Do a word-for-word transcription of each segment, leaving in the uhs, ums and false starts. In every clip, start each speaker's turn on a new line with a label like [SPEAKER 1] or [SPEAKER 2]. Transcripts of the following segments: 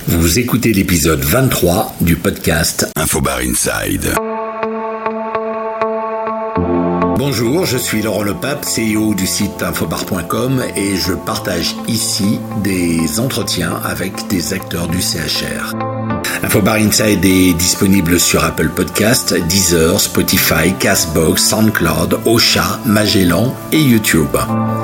[SPEAKER 1] Vous écoutez l'épisode vingt-trois du podcast Infobar Inside. Bonjour, je suis Laurent Lepape, C E O du site infobar point com et je partage ici des entretiens avec des acteurs du C H R. Infobar Inside est disponible sur Apple Podcast, Deezer, Spotify, Castbox, SoundCloud, Ocha, Magellan et YouTube.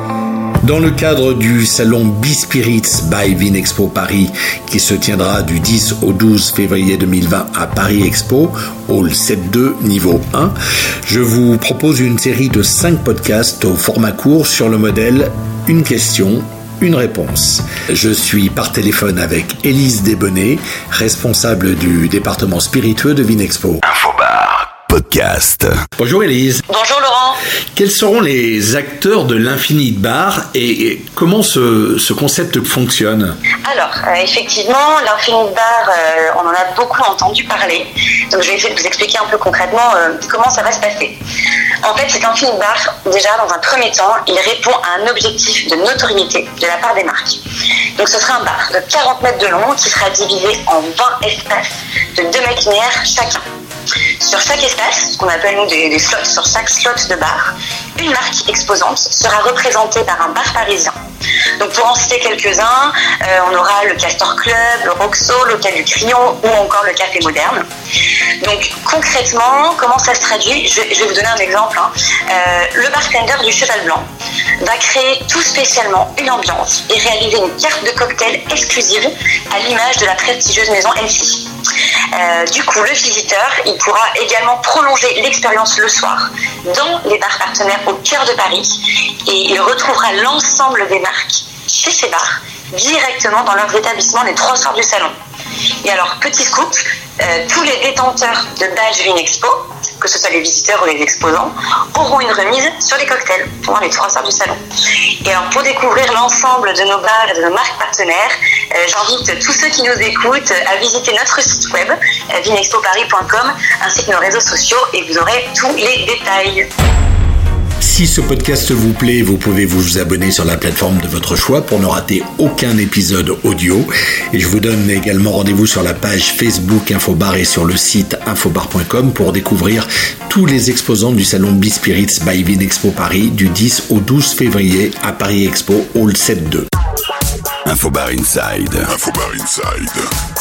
[SPEAKER 1] Dans le cadre du salon B-Spirits by Vinexpo Paris qui se tiendra du dix au douze février deux mille vingt à Paris Expo, Hall sept deux, niveau un, je vous propose une série de cinq podcasts au format court sur le modèle Une question, une réponse. Je suis par téléphone avec Élise Desbonnets, responsable du département spiritueux de Vinexpo. Infobar Podcast. Bonjour Élise.
[SPEAKER 2] Bonjour Laurent.
[SPEAKER 1] Quels seront les acteurs de l'Infinite Bar et comment ce, ce concept fonctionne ?
[SPEAKER 2] Alors, euh, effectivement, l'Infinite Bar, euh, on en a beaucoup entendu parler. Donc je vais essayer de vous expliquer un peu concrètement euh, comment ça va se passer. En fait, cet Infinite Bar, déjà dans un premier temps, il répond à un objectif de notoriété de la part des marques. Donc ce sera un bar de quarante mètres de long qui sera divisé en vingt espaces de deux mètres linéaires chacun. Sur chaque espace, ce qu'on appelle nous des, des slots, sur chaque slot de bar, une marque exposante sera représentée par un bar parisien. Donc pour en citer quelques-uns, euh, on aura le Castor Club, le Roxo, l'Hôtel du Crillon ou encore le Café Moderne. Donc concrètement, comment ça se traduit ? je, je vais vous donner un exemple. Hein. Euh, le bartender du Cheval Blanc va créer tout spécialement une ambiance et réaliser une carte de cocktail exclusive à l'image de la prestigieuse maison M C. Euh, du coup, le visiteur, il pourra également prolonger l'expérience le soir dans les bars partenaires au cœur de Paris et il retrouvera l'ensemble des marques chez ces bars directement dans leurs établissements les trois soirs du salon. Et alors, petit scoop, euh, tous les détenteurs de badge Vinexpo, que ce soit les visiteurs ou les exposants, auront une remise sur les cocktails pendant les trois soirs du salon. Et alors, pour découvrir l'ensemble de nos bars et de nos marques partenaires, euh, j'invite tous ceux qui nous écoutent à visiter notre site web, euh, vinexpo paris point com, ainsi que nos réseaux sociaux, et vous aurez tous les détails.
[SPEAKER 1] Si ce podcast vous plaît, vous pouvez vous abonner sur la plateforme de votre choix pour ne rater aucun épisode audio. Et je vous donne également rendez-vous sur la page Facebook Infobar et sur le site infobar point com pour découvrir tous les exposants du salon B-Spirits by Vinexpo Paris du dix au douze février à Paris Expo, Hall sept deux. Infobar Inside. Infobar Inside.